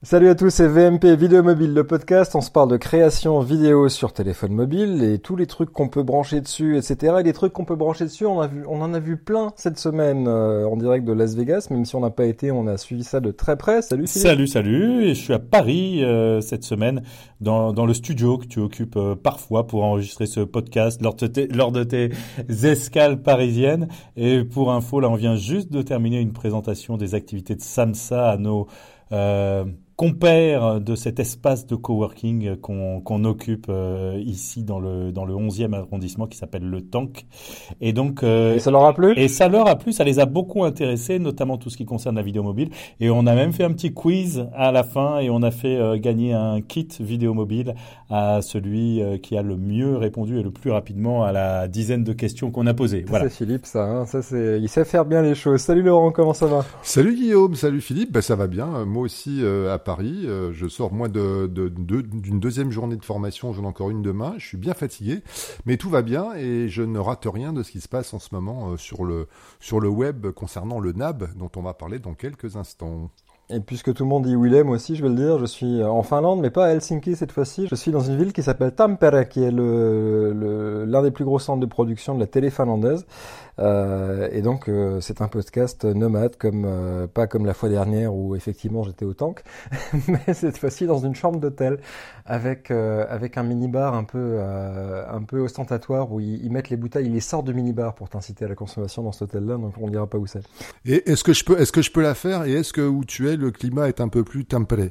Salut à tous, c'est VMP Vidéo Mobile, le podcast. On se parle de création vidéo sur téléphone mobile et tous les trucs qu'on peut brancher dessus, etc. Et les trucs qu'on peut brancher dessus, on en a vu plein cette semaine en direct de Las Vegas. Même si on n'a pas été, on a suivi ça de très près. Salut Philippe. Salut. Et je suis à Paris cette semaine dans le studio que tu occupes parfois pour enregistrer ce podcast lors de tes escales parisiennes. Et pour info, là, on vient juste de terminer une présentation des activités de Samsa à nos compère de cet espace de coworking qu'on occupe ici dans le 11e arrondissement qui s'appelle le Tank. Et donc et ça leur a plu ? Et ça leur a plu, ça les a beaucoup intéressés, notamment tout ce qui concerne la vidéo mobile. Et on a même fait un petit quiz à la fin et on a fait gagner un kit vidéo mobile à celui qui a le mieux répondu et le plus rapidement à la dizaine de questions qu'on a posées. Voilà. C'est Philippe, ça. Hein. Il sait faire bien les choses. Salut Laurent, comment ça va ? Salut Guillaume, salut Philippe. Ben ça va bien. Moi aussi à Paris. Je sors moins d'une deuxième journée de formation. J'en ai encore une demain. Je suis bien fatigué, mais tout va bien et je ne rate rien de ce qui se passe en ce moment sur le web concernant le NAB dont on va parler dans quelques instants. Et puisque tout le monde dit où il est, moi aussi je vais le dire, je suis en Finlande, mais pas à Helsinki cette fois-ci. Je suis dans une ville qui s'appelle Tampere, qui est l'un des plus gros centres de production de la télé finlandaise. Et donc c'est un podcast nomade, pas comme la fois dernière où effectivement j'étais au Tank, mais cette fois-ci dans une chambre d'hôtel avec un minibar un peu ostentatoire où ils mettent les bouteilles, ils les sortent du minibar pour t'inciter à la consommation dans cet hôtel-là, donc on ne dira pas où c'est. Et est-ce que je peux la faire, et est-ce que où tu es le climat est un peu plus tempéré?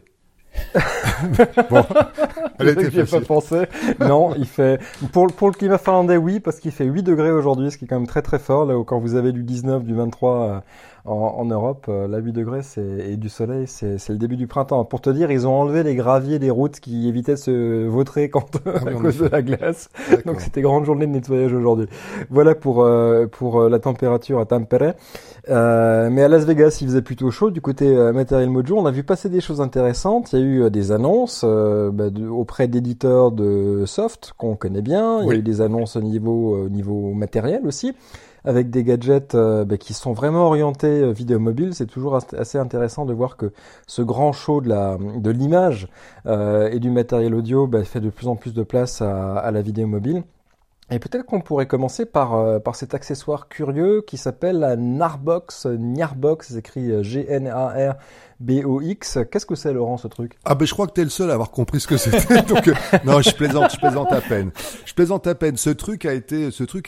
Bon, j'y ai pas pensé. Non, il fait pour le climat finlandais, oui, parce qu'il fait 8 degrés aujourd'hui, ce qui est quand même très très fort. Là où quand vous avez du 19, du 23 en Europe, là 8 degrés et du soleil, c'est le début du printemps. Pour te dire, ils ont enlevé les graviers des routes qui évitaient de se vautrer à cause de la glace. D'accord. Donc c'était grande journée de nettoyage aujourd'hui. Voilà pour la température à Tampere. Mais à Las Vegas, il faisait plutôt chaud. Du côté Material Mojo, on a vu passer des choses intéressantes. Il y a eu des annonces auprès d'éditeurs de soft qu'on connaît bien. Il y a eu des annonces au niveau matériel aussi, avec des gadgets qui sont vraiment orientés vidéo mobile. C'est toujours assez intéressant de voir que ce grand show de l'image et du matériel audio fait de plus en plus de place à la vidéo mobile. Et peut-être qu'on pourrait commencer par cet accessoire curieux qui s'appelle la Gnarbox. Gnarbox, c'est écrit G-N-A-R-B-O-X. Qu'est-ce que c'est, Laurent, ce truc ? Ah ben je crois que t'es le seul à avoir compris ce que c'était. Donc non, je plaisante à peine. Ce truc a été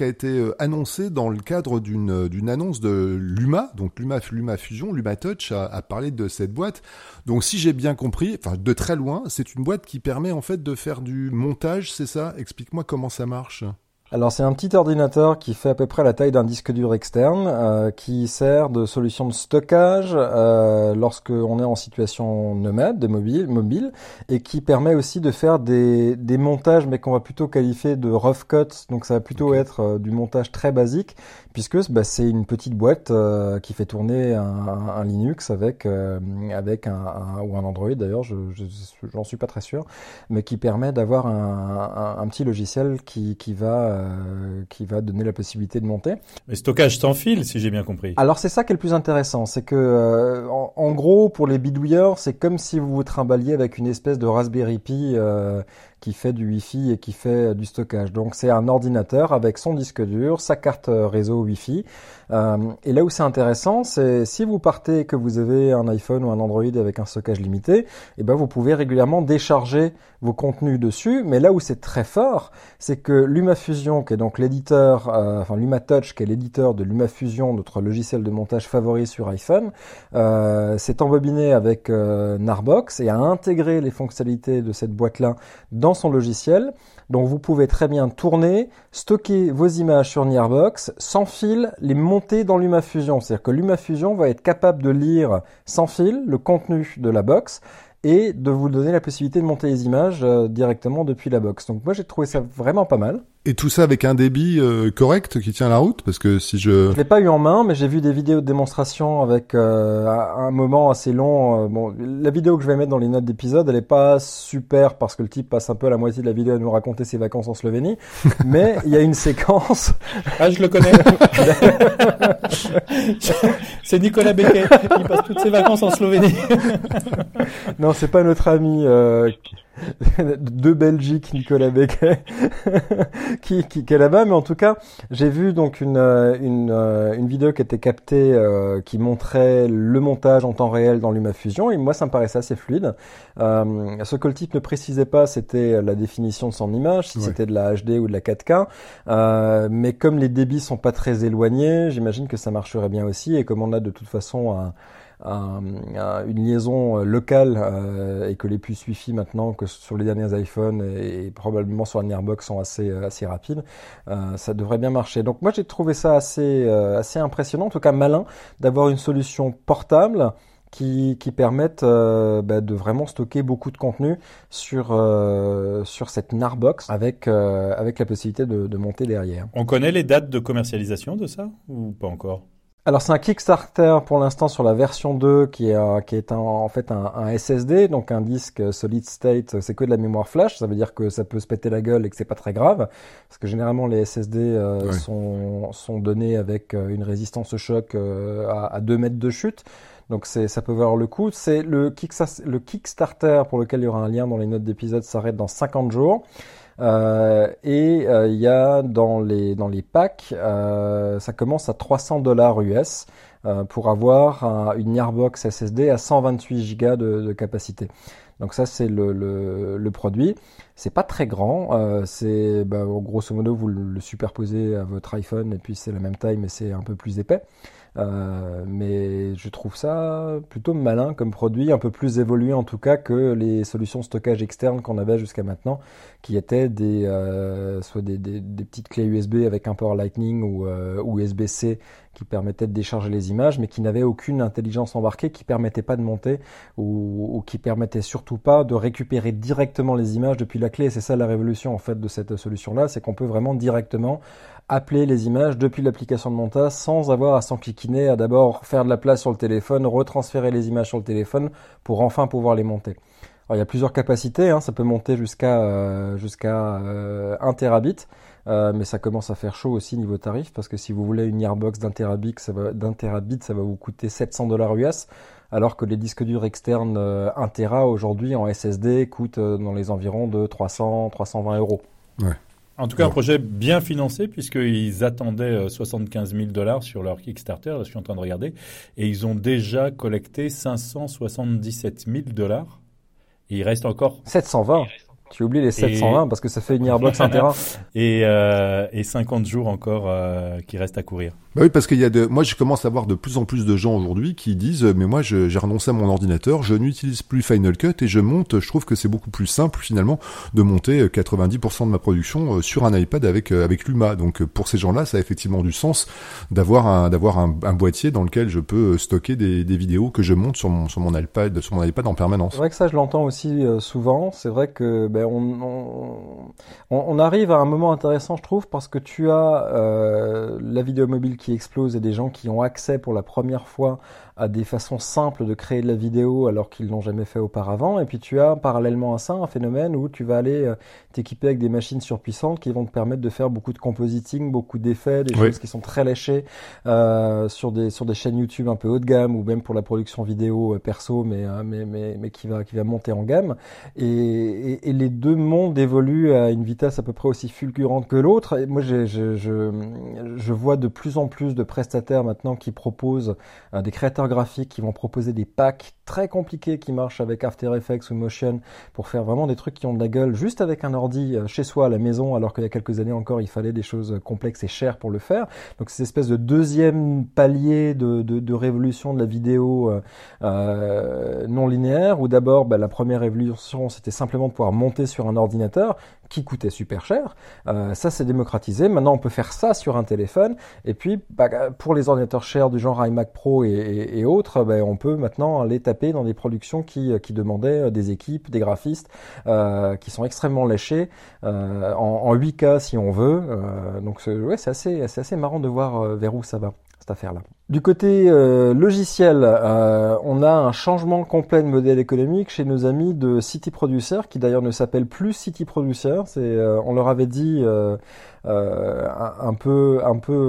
annoncé dans le cadre d'une annonce de Luma. Donc Luma Fusion, Luma Touch a parlé de cette boîte. Donc si j'ai bien compris, enfin de très loin, c'est une boîte qui permet en fait de faire du montage, c'est ça ? Explique-moi comment ça marche. Alors c'est un petit ordinateur qui fait à peu près la taille d'un disque dur externe, qui sert de solution de stockage lorsque on est en situation nomade, de mobile, et qui permet aussi de faire des montages, mais qu'on va plutôt qualifier de rough cut. Donc ça va plutôt être du montage très basique, puisque c'est une petite boîte qui fait tourner un Linux avec un ou un Android d'ailleurs, j'en suis pas très sûr, mais qui permet d'avoir un petit logiciel qui va donner la possibilité de monter. Mais stockage sans fil, si j'ai bien compris. Alors c'est ça qui est le plus intéressant, c'est que en gros pour les bidouilleurs, c'est comme si vous vous trimballiez avec une espèce de Raspberry Pi qui fait du Wi-Fi et qui fait du stockage. Donc c'est un ordinateur avec son disque dur, sa carte réseau Wi-Fi. Et là où c'est intéressant, c'est si vous partez et que vous avez un iPhone ou un Android avec un stockage limité, vous pouvez régulièrement décharger vos contenus dessus. Mais là où c'est très fort, c'est que LumaFusion, qui est donc l'éditeur, LumaTouch, qui est l'éditeur de LumaFusion, notre logiciel de montage favori sur iPhone, s'est embobiné avec Gnarbox et a intégré les fonctionnalités de cette boîte-là dans son logiciel. Donc vous pouvez très bien tourner, stocker vos images sur Gnarbox, sans fil, les monter dans LumaFusion. C'est-à-dire que LumaFusion va être capable de lire sans fil le contenu de la box et de vous donner la possibilité de monter les images directement depuis la box. Donc moi j'ai trouvé ça vraiment pas mal. Et tout ça avec un débit correct qui tient la route, parce que si je l'ai pas eu en main, mais j'ai vu des vidéos de démonstration avec un moment assez long. La vidéo que je vais mettre dans les notes d'épisode, elle est pas super parce que le type passe un peu à la moitié de la vidéo à nous raconter ses vacances en Slovénie, mais il y a une séquence. Ah, je le connais. C'est Nicolas Becquet. Il passe toutes ses vacances en Slovénie. Non, c'est pas notre ami de Belgique, Nicolas Becquet, qui est là-bas. Mais en tout cas, j'ai vu donc une vidéo qui était captée, qui montrait le montage en temps réel dans LumaFusion. Et moi, ça me paraissait assez fluide. Ce que le type ne précisait pas, c'était la définition de son image, si c'était de la HD ou de la 4K. Mais comme les débits sont pas très éloignés, j'imagine que ça marcherait bien aussi. Et comme on a de toute façon une liaison locale et que les puces Wi-Fi maintenant que sur les derniers iPhones et probablement sur la Nearbox sont assez rapides, ça devrait bien marcher. Donc moi j'ai trouvé ça assez impressionnant, en tout cas malin, d'avoir une solution portable qui permettent de vraiment stocker beaucoup de contenu sur cette Narbox avec la possibilité de monter derrière. On connaît les dates de commercialisation de ça ou pas encore? Alors c'est un Kickstarter pour l'instant sur la version 2 qui est en fait un SSD, donc un disque solid state, c'est que de la mémoire flash, ça veut dire que ça peut se péter la gueule et que c'est pas très grave, parce que généralement les SSD sont donnés avec une résistance au choc à 2 mètres de chute. Donc ça peut valoir le coup. C'est le Kickstarter pour lequel il y aura un lien dans les notes d'épisode, s'arrête dans 50 jours. Il y a dans les packs, ça commence à $300 US pour avoir une Nearbox SSD à 128 Go de capacité. Donc ça c'est le produit. C'est pas très grand, c'est grosso modo vous le superposez à votre iPhone et puis c'est la même taille mais c'est un peu plus épais. Mais je trouve ça plutôt malin comme produit, un peu plus évolué en tout cas que les solutions de stockage externes qu'on avait jusqu'à maintenant, qui étaient soit des petites clés USB avec un port Lightning ou USB-C qui permettaient de décharger les images, mais qui n'avaient aucune intelligence embarquée, qui permettait pas de monter ou qui permettait surtout pas de récupérer directement les images depuis la clé. C'est ça la révolution en fait de cette solution-là, c'est qu'on peut vraiment directement appeler les images depuis l'application de montage sans avoir à s'enquiquiner, à d'abord faire de la place sur le téléphone, retransférer les images sur le téléphone pour enfin pouvoir les monter. Alors il y a plusieurs capacités, ça peut monter jusqu'à 1 terabit, mais ça commence à faire chaud aussi niveau tarif, parce que si vous voulez une Nearbox d'1 terabit, ça va vous coûter $700 US, alors que les disques durs externes 1 Tera aujourd'hui en SSD coûtent dans les environs de 320 €. Ouais. En tout cas, un projet bien financé puisqu'ils attendaient $75 000 sur leur Kickstarter. Là, je suis en train de regarder. Et ils ont déjà collecté $577 000. Et il reste encore 720. Tu oublies les 720 parce que ça fait une Nearbox 1 Tera. Et 50 jours encore qui restent à courir. Bah oui, parce moi, je commence à voir de plus en plus de gens aujourd'hui qui disent, mais moi, j'ai renoncé à mon ordinateur, je n'utilise plus Final Cut et je trouve que c'est beaucoup plus simple, finalement, de monter 90% de ma production sur un iPad avec Luma. Donc, pour ces gens-là, ça a effectivement du sens d'avoir un boîtier dans lequel je peux stocker des vidéos que je monte sur mon iPad en permanence. C'est vrai que ça, je l'entends aussi souvent. C'est vrai que, on arrive à un moment intéressant, je trouve, parce que tu as la vidéo mobile qui explose et des gens qui ont accès pour la première fois à des façons simples de créer de la vidéo alors qu'ils l'ont jamais fait auparavant. Et puis tu as parallèlement à ça un phénomène où tu vas aller t'équiper avec des machines surpuissantes qui vont te permettre de faire beaucoup de compositing, beaucoup d'effets, des choses qui sont très léchées sur des chaînes YouTube un peu haut de gamme ou même pour la production vidéo perso, mais qui va monter en gamme. Et les deux mondes évoluent à une vitesse à peu près aussi fulgurante que l'autre. Et moi, je vois de plus en plus de prestataires maintenant qui proposent des créateurs graphiques qui vont proposer des packs très compliqués qui marchent avec After Effects ou Motion pour faire vraiment des trucs qui ont de la gueule juste avec un ordi chez soi à la maison, alors qu'il y a quelques années encore il fallait des choses complexes et chères pour le faire. Donc c'est cette espèce de deuxième palier de révolution de la vidéo non linéaire, où d'abord la première révolution c'était simplement de pouvoir monter sur un ordinateur qui coûtait super cher. Ça c'est démocratisé. Maintenant on peut faire ça sur un téléphone. Et puis pour les ordinateurs chers du genre iMac Pro et autres, on peut maintenant aller taper dans des productions qui demandaient des équipes, des graphistes qui sont extrêmement léchés en 8K si on veut. Donc c'est assez marrant de voir vers où ça va cette affaire-là. Du côté logiciel, on a un changement complet de modèle économique chez nos amis de City Producer, qui d'ailleurs ne s'appelle plus City Producer. On leur avait dit un peu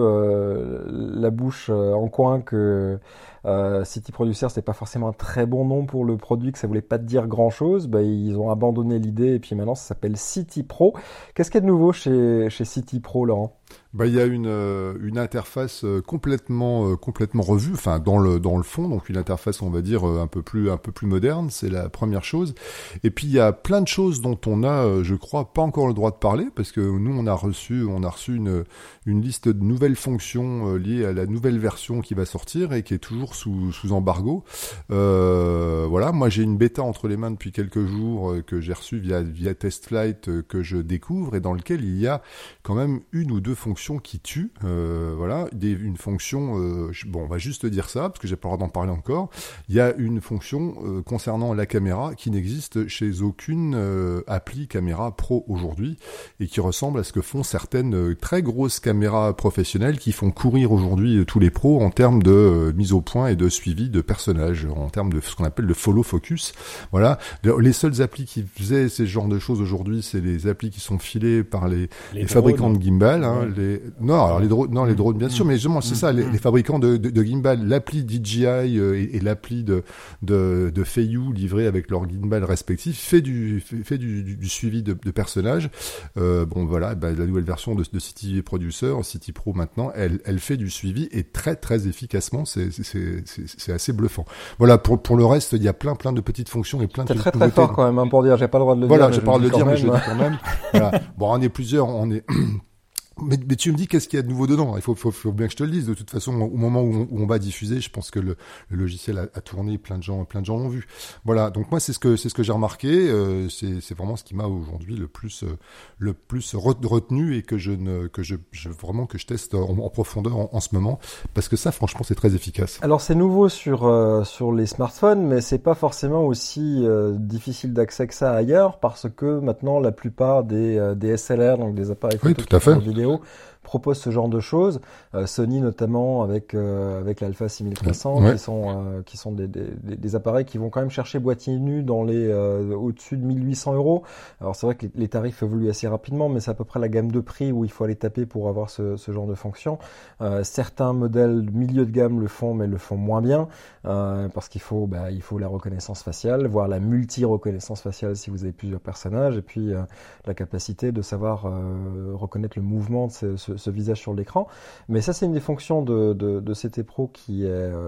la bouche en coin que City Producer c'était pas forcément un très bon nom pour le produit, que ça voulait pas dire grand chose. Ils ont abandonné l'idée et puis maintenant ça s'appelle City Pro. Qu'est-ce qu'il y a de nouveau chez City Pro, Laurent? Il y a une interface complètement revue, enfin dans le fond, donc une interface on va dire un peu plus moderne, c'est la première chose. Et puis il y a plein de choses dont on a, je crois, pas encore le droit de parler, parce que nous on a reçu une liste de nouvelles fonctions liées à la nouvelle version qui va sortir et qui est toujours sous embargo. Voilà, moi j'ai une bêta entre les mains depuis quelques jours que j'ai reçue via TestFlight que je découvre et dans lequel il y a quand même une ou deux fonctions qui tuent, voilà, une fonction, on va juste dire ça, parce que j'ai pas le droit d'en parler encore, il y a une fonction concernant la caméra qui n'existe chez aucune appli caméra pro aujourd'hui, et qui ressemble à ce que font certaines très grosses caméras professionnelles qui font courir aujourd'hui tous les pros en termes de mise au point et de suivi de personnages, en termes de ce qu'on appelle le follow focus. Voilà, les seules applis qui faisaient ces genres de choses aujourd'hui, c'est les applis qui sont filées par les fabricants de gimbal, hein, les drones bien sûr, mais justement c'est ça, les fabricants de gimbal, l'appli DJI et l'appli de Feiyu livrés avec leurs gimbal respectifs fait du suivi de personnages. Voilà, la nouvelle version de City Producer, City Pro maintenant, elle fait du suivi et très très efficacement, c'est assez bluffant. Voilà, pour le reste, il y a plein de petites fonctions et plein de très très fort quand même, hein, pour dire, j'ai pas le droit de le dire. Voilà, j'ai pas le droit de le dire, mais je le dis quand même. Voilà. Bon, on est plusieurs, Mais tu me dis qu'est-ce qu'il y a de nouveau dedans? Il faut bien que je te le dise. De toute façon, au moment où on va diffuser, je pense que le logiciel a tourné, plein de gens l'ont vu. Voilà. Donc moi, c'est ce que j'ai remarqué. C'est vraiment ce qui m'a aujourd'hui le plus retenu et que je teste en profondeur en ce moment, parce que ça, franchement, c'est très efficace. Alors c'est nouveau sur les smartphones, mais c'est pas forcément aussi difficile d'accès que ça ailleurs, parce que maintenant la plupart des SLR, donc des appareils photo vidéo, propose ce genre de choses. Sony notamment avec l'Alpha 6300 qui sont des appareils qui vont quand même chercher boîtier nu dans les au-dessus de 1800 €. Alors c'est vrai que les tarifs évoluent assez rapidement, mais c'est à peu près la gamme de prix où il faut aller taper pour avoir ce genre de fonction. Certains modèles milieu de gamme le font, mais le font moins bien parce qu'il faut la reconnaissance faciale, voire la multi-reconnaissance faciale si vous avez plusieurs personnages, et puis la capacité de savoir reconnaître le mouvement de ce visage sur l'écran. Mais ça, c'est une des fonctions de CT Pro qui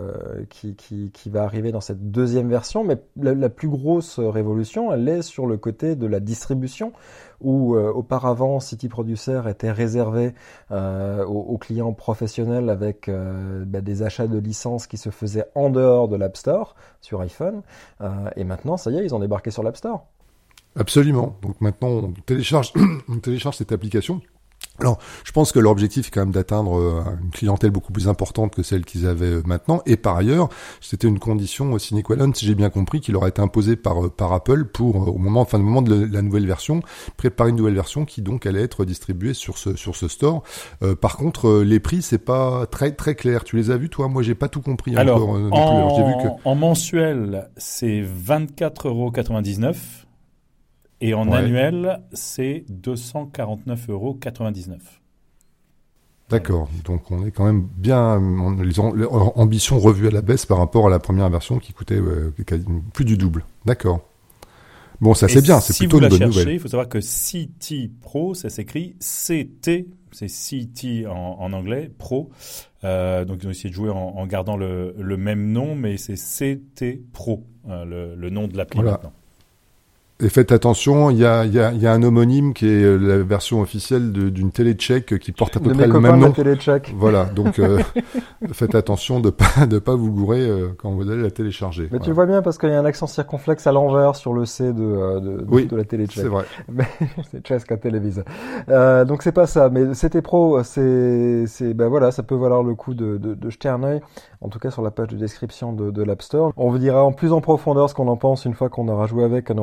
va arriver dans cette deuxième version. Mais la plus grosse révolution, elle est sur le côté de la distribution, où auparavant City Producer était réservé aux clients professionnels avec des achats de licences qui se faisaient en dehors de l'App Store sur iPhone. Et maintenant, ça y est, ils ont débarqué sur l'App Store. Absolument. Donc maintenant, on télécharge cette application. Alors, je pense que leur objectif est quand même d'atteindre une clientèle beaucoup plus importante que celle qu'ils avaient maintenant. Et par ailleurs, c'était une condition sine qua non, si j'ai bien compris, qui leur a été imposée par Apple pour, au moment de la nouvelle version, préparer une nouvelle version qui donc allait être distribuée sur ce store. Par contre, les prix, c'est pas très très clair. Tu les as vus, toi? Moi, j'ai pas tout compris encore non plus. Alors, j'ai vu que en mensuel, c'est 24,99 €. Et en annuel, c'est 249,99 €. D'accord. Donc, on est quand même bien, leur ambition revue à la baisse par rapport à la première version qui coûtait plus du double. D'accord. Bon, ça c'est bien, c'est plutôt une bonne nouvelle. Il faut savoir que City Pro, ça s'écrit CT, c'est City en anglais, Pro. Donc ils ont essayé de jouer en gardant le même nom, mais c'est CT Pro, le nom de l'appli maintenant. Et faites attention, il y a un homonyme qui est la version officielle d'une télé tchèque qui porte à peu près le même nom. Voilà, donc faites attention de pas vous gourer quand vous allez la télécharger. Mais tu le vois bien parce qu'il y a un accent circonflexe à l'envers sur le C de la télé tchèque. C'est vrai. Mais c'est Česká televize. Donc c'est pas ça, mais CT Pro, ça peut valoir le coup de jeter un œil, en tout cas sur la page de description de l'App Store. On vous dira en plus en profondeur ce qu'on en pense une fois qu'on aura joué avec, on aura le droit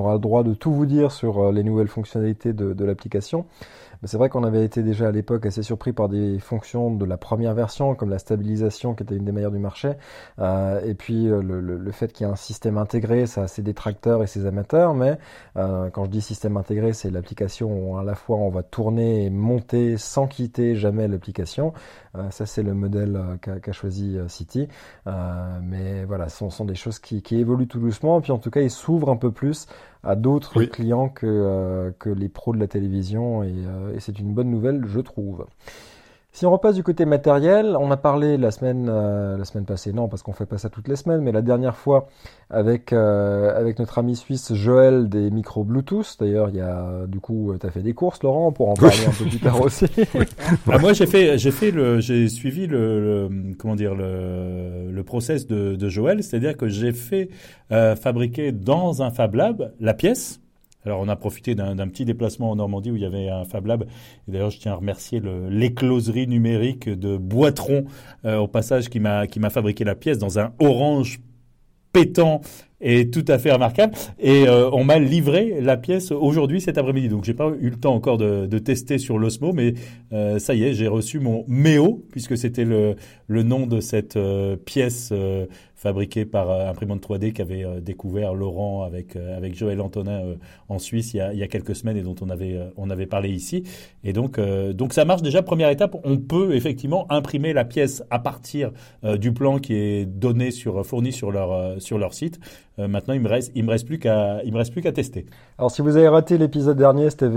de tout vous dire sur les nouvelles fonctionnalités de l'application. Mais c'est vrai qu'on avait été déjà à l'époque assez surpris par des fonctions de la première version, comme la stabilisation qui était une des meilleures du marché. Et puis le fait qu'il y ait un système intégré, ça a ses détracteurs et ses amateurs. Mais quand je dis système intégré, c'est l'application où à la fois on va tourner et monter sans quitter jamais l'application. Ça, c'est le modèle qu'a choisi City. Mais voilà, ce sont des choses qui évoluent tout doucement. Et puis en tout cas, ils s'ouvrent un peu plus à d'autres clients que les pros de la télévision. Et c'est une bonne nouvelle, je trouve. Si on repasse du côté matériel, on a parlé la semaine passée, non, parce qu'on fait pas ça toutes les semaines, mais la dernière fois avec notre ami suisse Joël des micros Bluetooth. D'ailleurs, du coup, t'as fait des courses, Laurent, pour en parler un peu plus tard aussi. Moi, j'ai suivi le process de Joël, c'est-à-dire que j'ai fait fabriquer dans un Fab Lab la pièce. Alors, on a profité d'un petit déplacement en Normandie où il y avait un Fab Lab. Et d'ailleurs, je tiens à remercier l'écloserie numérique de Boitron, au passage, qui m'a fabriqué la pièce dans un orange pétant et tout à fait remarquable. Et on m'a livré la pièce aujourd'hui, cet après-midi. Donc, j'ai pas eu le temps encore de tester sur l'Osmo, mais ça y est, j'ai reçu mon Méo, puisque c'était le nom de cette pièce fabriquée par Imprimante 3D qu'avait découvert Laurent avec Joël Antonin en Suisse il y a quelques semaines et dont on avait parlé ici. Et donc ça marche déjà. Première étape, on peut effectivement imprimer la pièce à partir du plan qui est fourni sur leur site. Maintenant, il me reste plus qu'à tester. Alors, si vous avez raté l'épisode dernier, c'était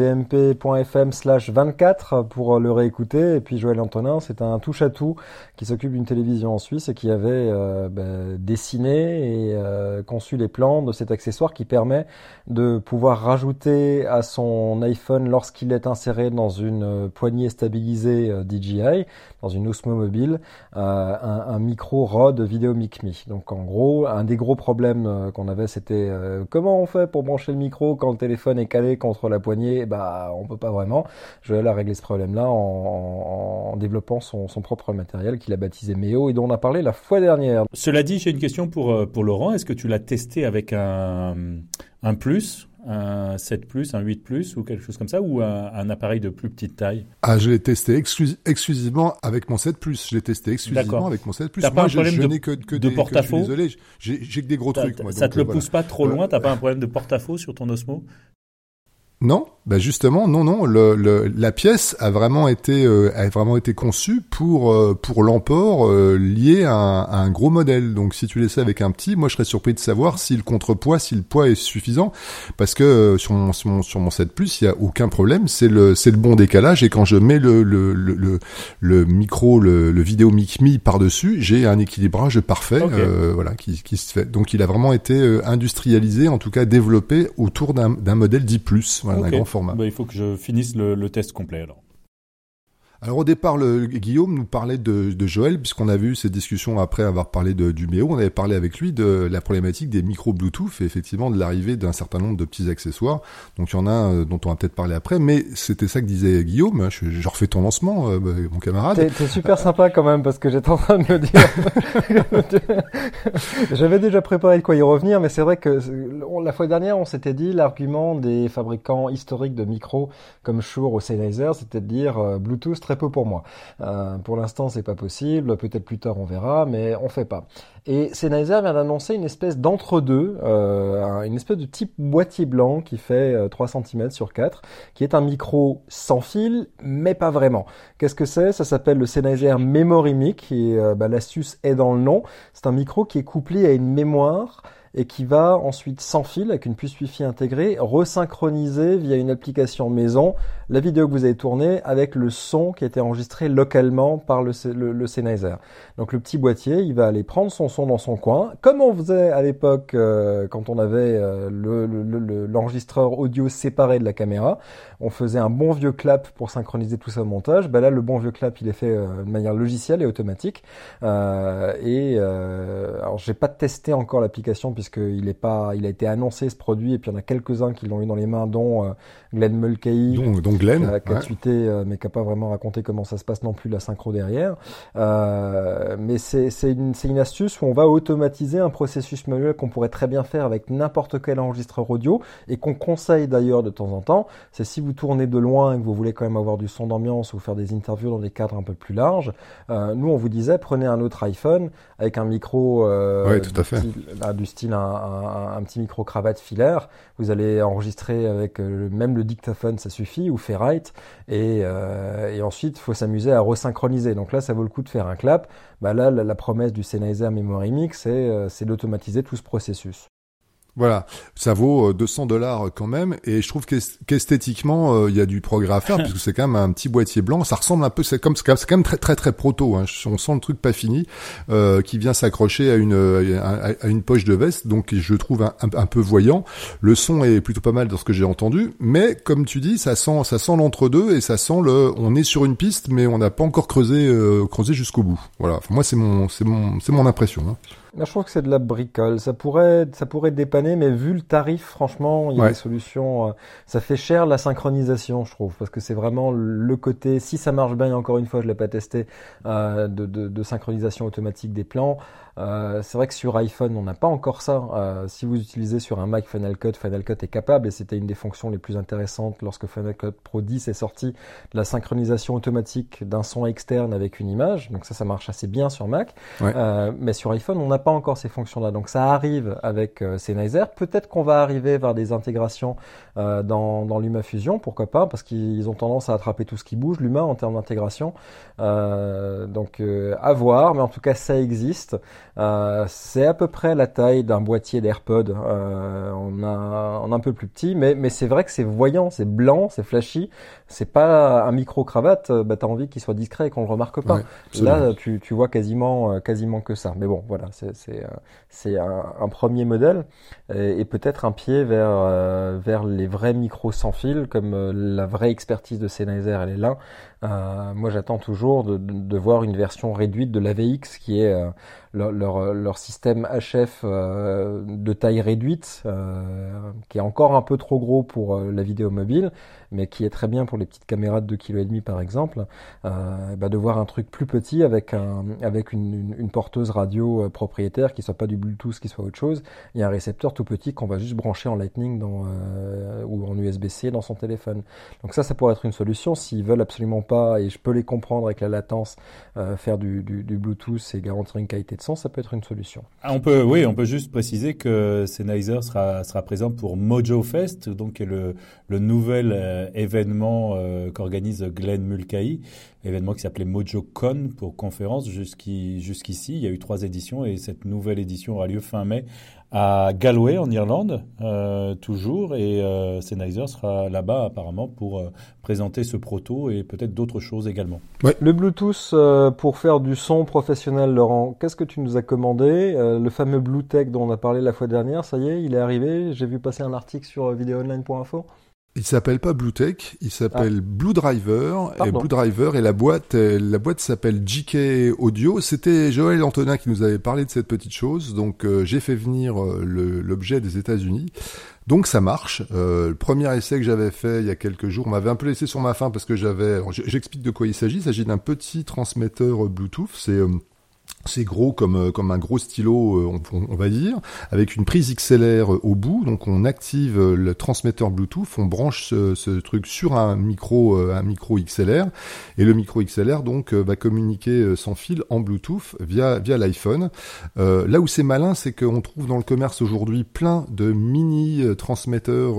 vmp.fm/24 pour le réécouter. Et puis, Joël Antonin, c'est un touche-à-tout qui s'occupe d'une télévision en Suisse et qui avait dessiné et conçu les plans de cet accessoire qui permet de pouvoir rajouter à son iPhone, lorsqu'il est inséré dans une poignée stabilisée DJI, dans une Osmo Mobile, un micro Rode Video Mic Me. Donc, en gros, un des gros problèmes qu'on avait, c'était comment on fait pour brancher le micro quand le téléphone est calé contre la poignée. On peut pas vraiment. Joël a réglé ce problème-là en développant son propre matériel qu'il a baptisé Méo et dont on a parlé la fois dernière. Cela dit, j'ai une question pour Laurent. Est-ce que tu l'as testé avec un Plus, un 7 Plus, un 8 Plus ou quelque chose comme ça, ou un appareil de plus petite taille? Ah, je l'ai testé exclusivement avec mon 7 Plus. Je l'ai testé exclusivement avec mon 7 Plus. T'as pas un problème de porte-à-faux? Je suis désolé, j'ai que des gros trucs. Moi, ça te le pousse pas trop loin? T'as pas un problème de porte-à-faux sur ton Osmo? Non, justement, non. La pièce a vraiment été conçue pour l'emport lié à un gros modèle. Donc, si tu laissais avec un petit, moi, je serais surpris de savoir si le poids est suffisant, parce que sur mon 7 Plus, il y a aucun problème. C'est le bon décalage, et quand je mets le micro, le vidéo Mic Me par-dessus, j'ai un équilibrage parfait, qui se fait. Donc, il a vraiment été industrialisé, en tout cas développé autour d'un modèle 10 Plus. Voilà, un grand format. Il faut que je finisse le test complet alors. Alors au départ, Guillaume nous parlait de Joël, puisqu'on avait eu cette discussion après avoir parlé du Méo. On avait parlé avec lui de la problématique des micros Bluetooth et effectivement de l'arrivée d'un certain nombre de petits accessoires. Donc il y en a un dont on va peut-être parler après, mais c'était ça que disait Guillaume. Je refais ton lancement, mon camarade. T'es super sympa quand même, parce que j'étais en train de me dire... J'avais déjà préparé de quoi y revenir, mais c'est vrai que la fois dernière, on s'était dit l'argument des fabricants historiques de micros comme Shure ou Sennheiser, c'était de dire Bluetooth très peu pour moi. Pour l'instant, c'est pas possible. Peut-être plus tard, on verra, mais on fait pas. Et Sennheiser vient d'annoncer une espèce d'entre-deux, une espèce de type boîtier blanc qui fait 3 cm sur 4, qui est un micro sans fil, mais pas vraiment. Qu'est-ce que c'est? Ça s'appelle le Sennheiser Memory Mic, et l'astuce est dans le nom. C'est un micro qui est couplé à une mémoire et qui va ensuite sans fil, avec une puce Wi-Fi intégrée, resynchroniser via une application maison la vidéo que vous avez tournée avec le son qui a été enregistré localement par le Sennheiser. Donc le petit boîtier, il va aller prendre son son dans son coin, comme on faisait à l'époque quand on avait l'enregistreur audio séparé de la caméra. On faisait un bon vieux clap pour synchroniser tout ça au montage. Là, le bon vieux clap, il est fait de manière logicielle et automatique. Alors, j'ai pas testé encore l'application puisqu'il a été annoncé ce produit, et puis il y en a quelques-uns qui l'ont eu dans les mains, dont Glenn Mulcahy, donc Glenn, qui a tweeté, mais qui n'a pas vraiment raconté comment ça se passe non plus la synchro derrière. Mais c'est une astuce où on va automatiser un processus manuel qu'on pourrait très bien faire avec n'importe quel enregistreur audio, et qu'on conseille d'ailleurs de temps en temps. C'est si vous tournez de loin et que vous voulez quand même avoir du son d'ambiance ou faire des interviews dans des cadres un peu plus larges, nous on vous disait prenez un autre iPhone avec un micro du style un petit micro cravate filaire. Vous allez enregistrer avec même le dictaphone, ça suffit, ou Ferrite, et ensuite il faut s'amuser à resynchroniser. Donc là ça vaut le coup de faire un clap. Là la promesse du Sennheiser Memory Mix c'est d'automatiser tout ce processus. Voilà, ça vaut $200 quand même, et je trouve qu'esthétiquement il y a du progrès à faire, puisque c'est quand même un petit boîtier blanc. Ça ressemble un peu, c'est quand même très très très proto. Hein. On sent le truc pas fini qui vient s'accrocher à une poche de veste, donc je trouve un peu voyant. Le son est plutôt pas mal dans ce que j'ai entendu, mais comme tu dis, ça sent l'entre-deux, et ça sent on est sur une piste, mais on n'a pas encore creusé jusqu'au bout. Voilà, enfin, moi c'est mon impression. Hein. Je trouve que c'est de la bricole. Ça pourrait dépanner, mais vu le tarif, franchement, il y a des solutions. Ça fait cher la synchronisation, je trouve, parce que c'est vraiment le côté. Si ça marche bien, et encore une fois, je l'ai pas testé, de synchronisation automatique des plans. C'est vrai que sur iPhone, on n'a pas encore ça. Si vous utilisez sur un Mac Final Cut est capable, et c'était une des fonctions les plus intéressantes lorsque Final Cut Pro 10 est sorti, de la synchronisation automatique d'un son externe avec une image. Donc ça marche assez bien sur Mac. Ouais. Mais sur iPhone, on n'a pas encore ces fonctions-là. Donc ça arrive avec Sennheiser. Peut-être qu'on va arriver vers des intégrations dans LumaFusion, pourquoi pas, parce qu'ils ont tendance à attraper tout ce qui bouge, Luma, en termes d'intégration. Donc à voir, mais en tout cas ça existe. C'est à peu près la taille d'un boîtier d'AirPod. On a un peu plus petit, mais c'est vrai que c'est voyant, c'est blanc, c'est flashy. C'est pas un micro-cravate, t'as envie qu'il soit discret et qu'on le remarque pas. Ouais, là, tu vois quasiment que ça. Mais bon, voilà, c'est un premier modèle, et peut-être un pied vers les vrais micros sans fil, comme la vraie expertise de Sennheiser, elle est là. Moi, j'attends toujours de voir une version réduite de l'AVX, qui est leur système HF de taille réduite, qui est encore un peu trop gros pour la vidéo mobile, mais qui est très bien pour les petites caméras de 2,5 kg par exemple. De voir un truc plus petit avec une porteuse radio propriétaire, qui soit pas du Bluetooth, qui soit autre chose, et un récepteur tout petit qu'on va juste brancher en Lightning ou en USB-C dans son téléphone. Donc ça pourrait être une solution s'ils veulent absolument pas, et je peux les comprendre avec la latence, faire du Bluetooth et garantir une qualité de son, ça peut être une solution. On peut juste préciser que Sennheiser sera présent pour Mojo Fest, donc qui est le nouvel événement qu'organise Glenn Mulcahy, événement qui s'appelait MojoCon pour conférence jusqu'ici. Il y a eu 3 éditions, et cette nouvelle édition aura lieu fin mai à Galway en Irlande, toujours, et Sennheiser sera là-bas apparemment pour présenter ce proto et peut-être d'autres choses également. Ouais. Le Bluetooth pour faire du son professionnel, Laurent, qu'est-ce que tu nous as commandé? Le fameux Bluetech dont on a parlé la fois dernière, ça y est, il est arrivé. J'ai vu passer un article sur videoonline.info. Il s'appelle pas Bluetech, il s'appelle Blue Driver. Et Blue Driver, et la boîte s'appelle JK Audio. C'était Joël Antonin qui nous avait parlé de cette petite chose. Donc j'ai fait venir l'objet des États-Unis. Donc ça marche. Le premier essai que j'avais fait il y a quelques jours m'avait un peu laissé sur ma faim, parce que j'explique de quoi il s'agit. Il s'agit d'un petit transmetteur Bluetooth. C'est gros comme un gros stylo, on va dire, avec une prise XLR au bout. Donc on active le transmetteur Bluetooth, on branche ce truc sur un micro XLR, et le micro XLR donc va communiquer sans fil en Bluetooth via l'iPhone. Là où c'est malin, c'est qu'on trouve dans le commerce aujourd'hui plein de mini transmetteurs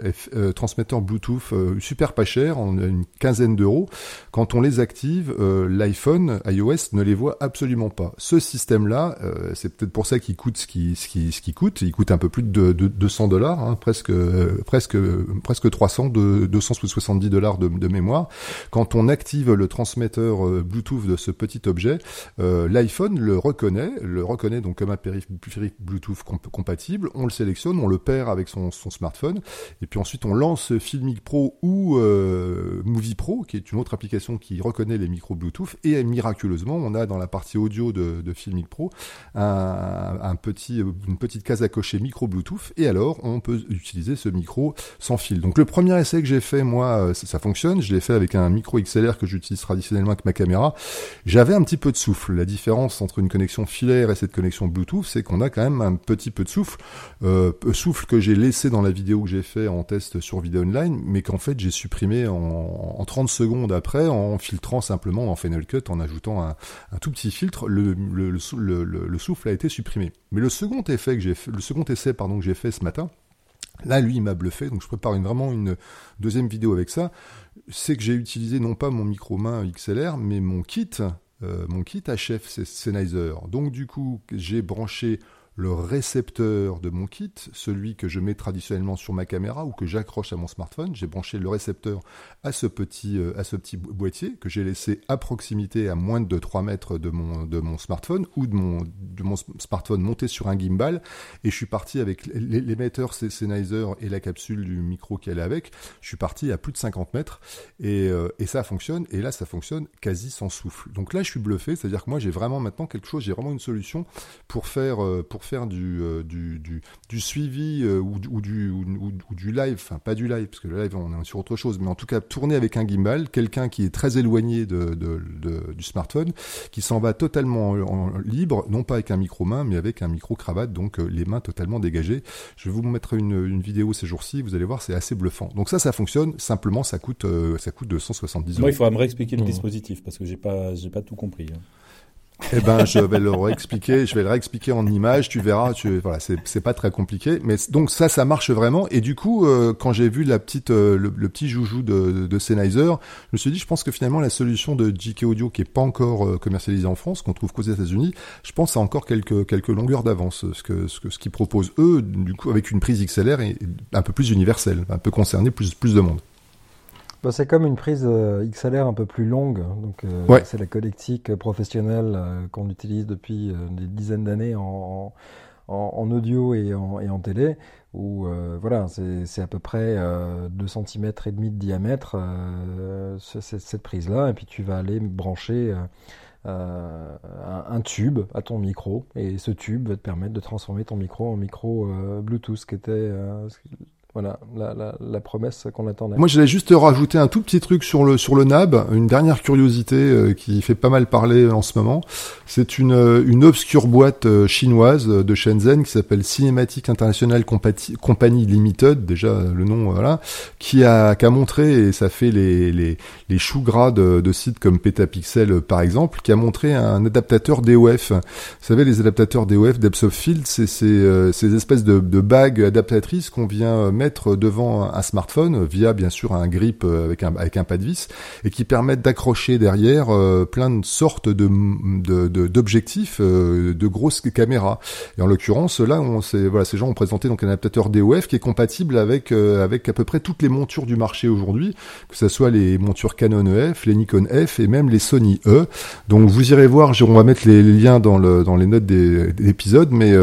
Bluetooth super pas cher, on a une quinzaine d'euros. Quand on les active, l'iPhone iOS ne les voit absolument pas. Ce système-là, c'est peut-être pour ça qu'il coûte ce qu'il coûte. Il coûte un peu plus de $200, hein, presque 300, de $270 de mémoire. Quand on active le transmetteur Bluetooth de ce petit objet, l'iPhone le reconnaît donc comme un périphérique Bluetooth compatible. On le sélectionne, on le paire avec son smartphone, et puis ensuite on lance Filmic Pro ou Movie Pro, qui est une autre application qui reconnaît les micros Bluetooth, et miraculeusement, on a dans la partie audio de de Filmic Pro, une petite case à cocher micro Bluetooth, et alors on peut utiliser ce micro sans fil. Donc le premier essai que j'ai fait, moi, ça fonctionne. Je l'ai fait avec un micro XLR que j'utilise traditionnellement avec ma caméra. J'avais un petit peu de souffle. La différence entre une connexion filaire et cette connexion Bluetooth, c'est qu'on a quand même un petit peu de souffle. Souffle que j'ai laissé dans la vidéo que j'ai fait en test sur Vidéo Online, mais qu'en fait j'ai supprimé en 30 secondes après, en filtrant simplement en Final Cut, en ajoutant un tout petit filtre, le souffle a été supprimé. Mais le second essai que j'ai fait ce matin, là, lui, il m'a bluffé, donc je prépare vraiment une deuxième vidéo avec ça. C'est que j'ai utilisé non pas mon micro-main XLR, mais mon kit HF Sennheiser. Donc du coup, j'ai branché le récepteur de mon kit, celui que je mets traditionnellement sur ma caméra ou que j'accroche à mon smartphone. J'ai branché le récepteur à ce petit boîtier que j'ai laissé à proximité, à moins de 3 mètres de mon smartphone ou de mon smartphone monté sur un gimbal, et je suis parti avec l'émetteur Sennheiser et la capsule du micro qui allait avec. Je suis parti à plus de 50 mètres et ça fonctionne, et là ça fonctionne quasi sans souffle. Donc là je suis bluffé, c'est-à-dire que moi j'ai vraiment maintenant quelque chose, j'ai vraiment une solution pour faire du suivi ou du live, enfin pas du live parce que le live on est sur autre chose, mais en tout cas tourner avec un gimbal, quelqu'un qui est très éloigné du smartphone, qui s'en va totalement libre, non pas avec un micro-main mais avec un micro-cravate, donc les mains totalement dégagées. Je vais vous mettre une vidéo ces jours-ci, vous allez voir, c'est assez bluffant. Donc ça fonctionne, simplement ça coûte 270 €. Moi il faudra me réexpliquer le dispositif parce que j'ai pas tout compris. Eh ben, je vais le réexpliquer en images, tu verras, voilà, c'est pas très compliqué, mais donc ça marche vraiment, et du coup, quand j'ai vu le petit joujou de Sennheiser, je me suis dit, je pense que finalement, la solution de JK Audio, qui est pas encore commercialisée en France, qu'on trouve qu'aux États-Unis, je pense à encore quelques longueurs d'avance, ce qu'ils proposent eux, du coup, avec une prise XLR et un peu plus universelle, un peu concerner plus de monde. C'est comme une prise XLR un peu plus longue, donc ouais. C'est la connectique professionnelle qu'on utilise depuis des dizaines d'années en audio et en télé, où voilà, c'est à peu près 2 cm et demi de diamètre cette prise-là, et puis tu vas aller brancher un tube à ton micro, et ce tube va te permettre de transformer ton micro en micro Bluetooth, qui était voilà la promesse qu'on attendait. Moi, j'allais juste rajouter un tout petit truc sur le NAB, une dernière curiosité qui fait pas mal parler en ce moment. C'est une obscure boîte chinoise de Shenzhen qui s'appelle Cinematic International Company Limited, déjà le nom, voilà, qui a montré, et ça fait les choux gras de sites comme Petapixel par exemple, qui a montré un adaptateur DOF. Vous savez, les adaptateurs DOF, Depth of Field, c'est ces espèces de bagues adaptatrices qu'on vient mettre devant un smartphone via bien sûr un grip avec un pas de vis, et qui permettent d'accrocher derrière plein de sortes d'objectifs de grosses caméras. Et en l'occurrence là, ces gens ont présenté donc un adaptateur DOF qui est compatible avec à peu près toutes les montures du marché aujourd'hui, que ce soit les montures Canon EF, les Nikon F et même les Sony E. Donc vous irez voir, on va mettre les liens dans les notes des épisodes, mais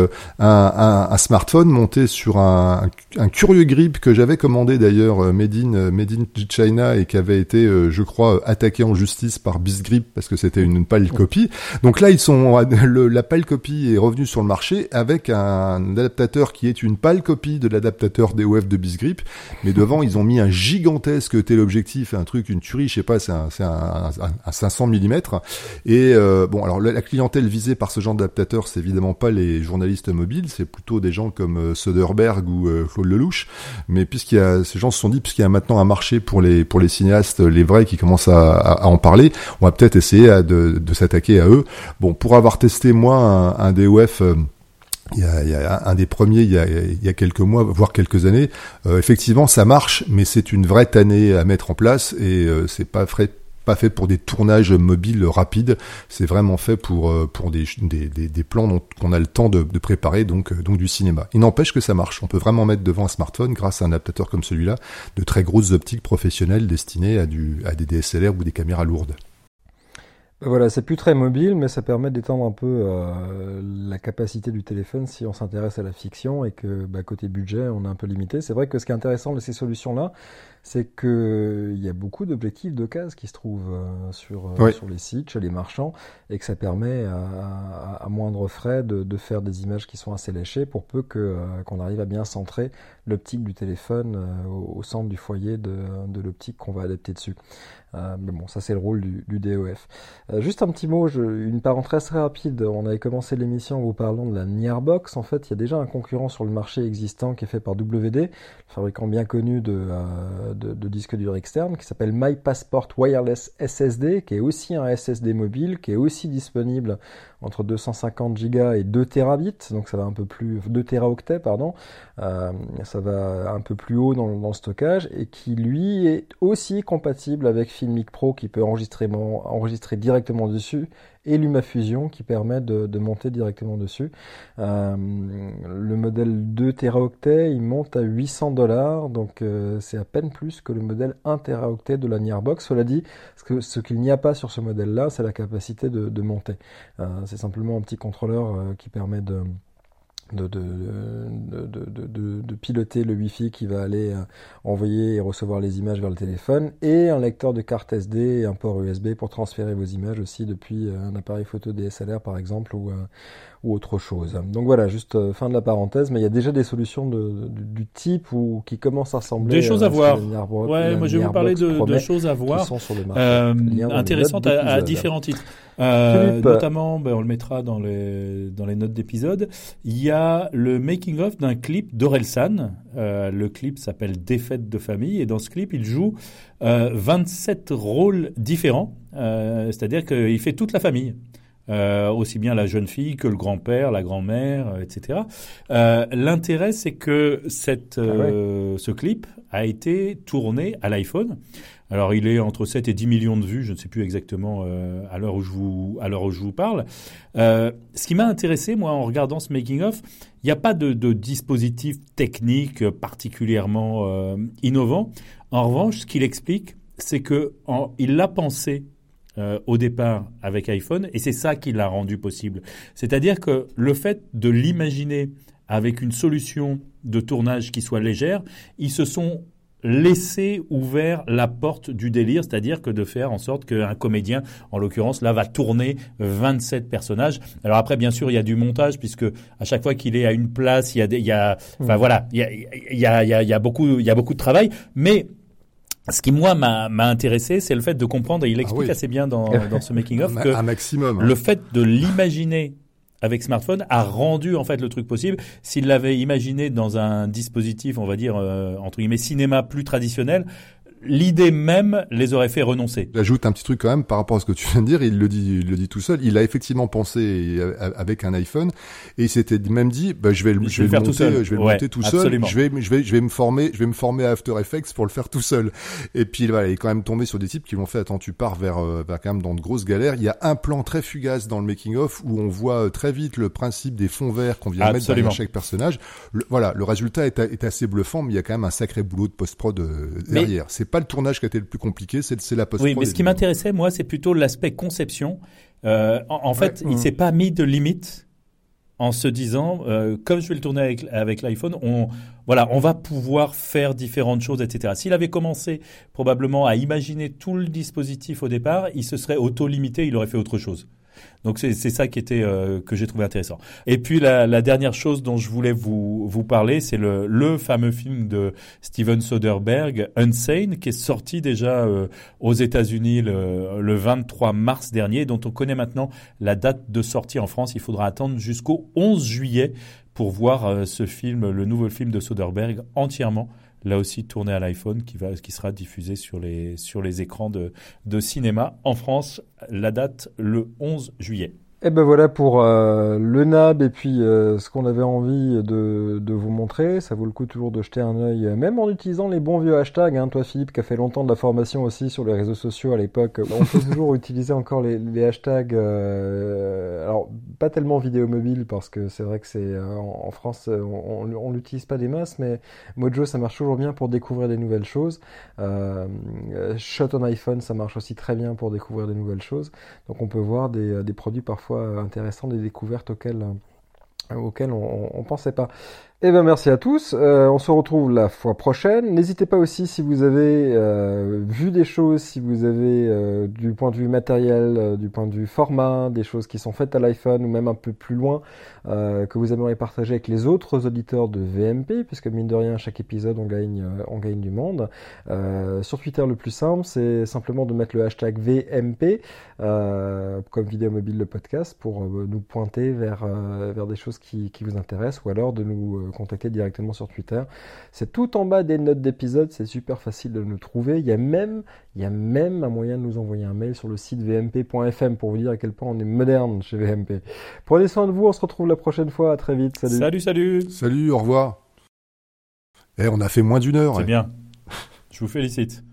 un smartphone monté sur un curieux grip que j'avais commandé d'ailleurs made in China, et qui avait été je crois attaqué en justice par BizGrip parce que c'était une pâle copie. Donc là la pâle copie est revenue sur le marché avec un adaptateur qui est une pâle copie de l'adaptateur DOF de BizGrip, mais devant ils ont mis un gigantesque téléobjectif, un truc, une tuerie, je sais pas, c'est un 500 mm. Et bon, alors la clientèle visée par ce genre d'adaptateur, c'est évidemment pas les journalistes mobiles, c'est plutôt des gens comme Soderbergh ou Claude Lelouch. Mais ces gens se sont dit, puisqu'il y a maintenant un marché pour les cinéastes, les vrais, qui commencent à en parler, on va peut-être essayer de s'attaquer à eux. Bon, pour avoir testé moi un DOF, il y a un des premiers il y a quelques mois, voire quelques années, effectivement ça marche, mais c'est une vraie tannée à mettre en place, et c'est pas fait pour des tournages mobiles rapides, c'est vraiment fait pour des plans qu'on a le temps de préparer, donc du cinéma. Il n'empêche que ça marche, on peut vraiment mettre devant un smartphone, grâce à un adaptateur comme celui-là, de très grosses optiques professionnelles destinées à des DSLR ou des caméras lourdes. Voilà, c'est plus très mobile, mais ça permet d'étendre un peu la capacité du téléphone si on s'intéresse à la fiction et que côté budget, on est un peu limité. C'est vrai que ce qui est intéressant de ces solutions-là, c'est que il y a beaucoup d'objectifs d'occasion qui se trouvent sur les sites, chez les marchands, et que ça permet à moindre frais de faire des images qui sont assez léchées pour peu qu'on arrive à bien centrer l'optique du téléphone au centre du foyer de l'optique qu'on va adapter dessus. Mais bon, ça c'est le rôle du DOF. Juste un petit mot, une parenthèse très rapide. On avait commencé l'émission en vous parlant de la Nearbox. En fait, il y a déjà un concurrent sur le marché existant qui est fait par WD, le fabricant bien connu de disques durs externes, qui s'appelle My Passport Wireless SSD, qui est aussi un SSD mobile, qui est aussi disponible entre 250 Go et 2 terabits, donc ça va un peu plus 2 teraoctets, pardon. Ça va un peu plus haut dans le stockage et qui lui est aussi compatible avec Filmic Pro qui peut enregistrer directement dessus et LumaFusion qui permet de monter directement dessus. Le modèle 2 teraoctets il monte à $800, donc c'est à peine plus que le modèle 1 teraoctet de la Nearbox. Cela dit, ce qu'il n'y a pas sur ce modèle-là, c'est la capacité de monter. C'est simplement un petit contrôleur qui permet de piloter le Wi-Fi qui va aller envoyer et recevoir les images vers le téléphone, et un lecteur de carte SD et un port USB pour transférer vos images aussi depuis un appareil photo DSLR par exemple ou autre chose. Donc voilà, juste fin de la parenthèse, mais il y a déjà des solutions du type qui commencent à ressembler des choses à voir. Ouais, moi je vais vous parler de choses à voir intéressantes à différents titres. Notamment, on le mettra dans les notes d'épisode. Il y a le making of d'un clip d'Orelsan. Le clip s'appelle Défaite de famille, et dans ce clip, il joue 27 rôles différents. C'est-à-dire qu'il fait toute la famille. Aussi bien la jeune fille que le grand-père, la grand-mère, etc. L'intérêt, c'est que ce clip a été tourné à l'iPhone. Alors, il est entre 7 et 10 millions de vues, je ne sais plus exactement à l'heure où je vous parle. Ce qui m'a intéressé, moi, en regardant ce making-of, il n'y a pas de dispositif technique particulièrement innovant. En revanche, ce qu'il explique, c'est qu'il l'a pensé au départ avec iPhone, et c'est ça qui l'a rendu possible. C'est-à-dire que le fait de l'imaginer avec une solution de tournage qui soit légère, ils se sont laissé ouvert la porte du délire, c'est-à-dire que de faire en sorte qu'un comédien, en l'occurrence, là, va tourner 27 personnages. Alors après, bien sûr, il y a du montage, puisque à chaque fois qu'il est à une place, il y a beaucoup de travail, mais ce qui, moi, m'a intéressé, c'est le fait de comprendre, et il explique assez bien dans ce making-of, que un maximum, le fait de l'imaginer avec smartphone a rendu en fait le truc possible. S'il l'avait imaginé dans un dispositif, on va dire entre guillemets cinéma plus traditionnel, l'idée même les aurait fait renoncer. J'ajoute un petit truc quand même par rapport à ce que tu viens de dire. Il le dit tout seul. Il a effectivement pensé avec un iPhone, et il s'était même dit, je vais le monter tout seul. Je vais me former à After Effects pour le faire tout seul. Et puis il est quand même tombé sur des types qui l'ont fait. Attends, tu pars vers quand même dans de grosses galères. Il y a un plan très fugace dans le making of où on voit très vite le principe des fonds verts qu'on vient mettre derrière chaque personnage. Le résultat est assez bluffant, mais il y a quand même un sacré boulot de post-prod derrière. C'est pas le tournage qui a été le plus compliqué, c'est la post-prod. Oui, mais ce qui m'intéressait, moi, c'est plutôt l'aspect conception. En fait, il s'est pas mis de limite en se disant, comme je vais le tourner avec l'iPhone, on va pouvoir faire différentes choses, etc. S'il avait commencé probablement à imaginer tout le dispositif au départ, il se serait auto-limité, il aurait fait autre chose. Donc c'est ça qui était que j'ai trouvé intéressant. Et puis la dernière chose dont je voulais vous parler, c'est le fameux film de Steven Soderbergh, Unsane, qui est sorti déjà aux États-Unis le 23 mars dernier, dont on connaît maintenant la date de sortie en France. Il faudra attendre jusqu'au 11 juillet pour voir ce film, le nouveau film de Soderbergh, entièrement là aussi tourné à l'iPhone, qui sera diffusé sur les écrans de cinéma en France. La date, le 11 juillet. Et ben voilà pour le NAB et puis ce qu'on avait envie de vous montrer. Ça vaut le coup toujours de jeter un œil, même en utilisant les bons vieux hashtags. Hein. Toi Philippe qui a fait longtemps de la formation aussi sur les réseaux sociaux à l'époque, on peut toujours utiliser encore les hashtags. Alors pas tellement vidéo mobile parce que c'est vrai que c'est en France on l'utilise pas des masses, mais Mojo ça marche toujours bien pour découvrir des nouvelles choses. Shot on iPhone ça marche aussi très bien pour découvrir des nouvelles choses. Donc on peut voir des produits parfois intéressants, des découvertes auxquelles on pensait pas. Eh bien, merci à tous. On se retrouve la fois prochaine. N'hésitez pas aussi si vous avez vu des choses, si vous avez du point de vue matériel, du point de vue format, des choses qui sont faites à l'iPhone ou même un peu plus loin, que vous aimeriez partager avec les autres auditeurs de VMP, puisque mine de rien, à chaque épisode, on gagne du monde. Sur Twitter, le plus simple, c'est simplement de mettre le hashtag VMP, comme vidéo mobile le podcast, pour nous pointer vers des choses qui vous intéressent, ou alors de nous contacter directement sur Twitter. C'est tout en bas des notes d'épisode, c'est super facile de nous trouver. Il y a même un moyen de nous envoyer un mail sur le site vmp.fm pour vous dire à quel point on est moderne chez VMP. Prenez soin de vous, on se retrouve la prochaine fois, à très vite, salut. Salut, au revoir. On a fait moins d'1 heure. C'est bien, je vous félicite.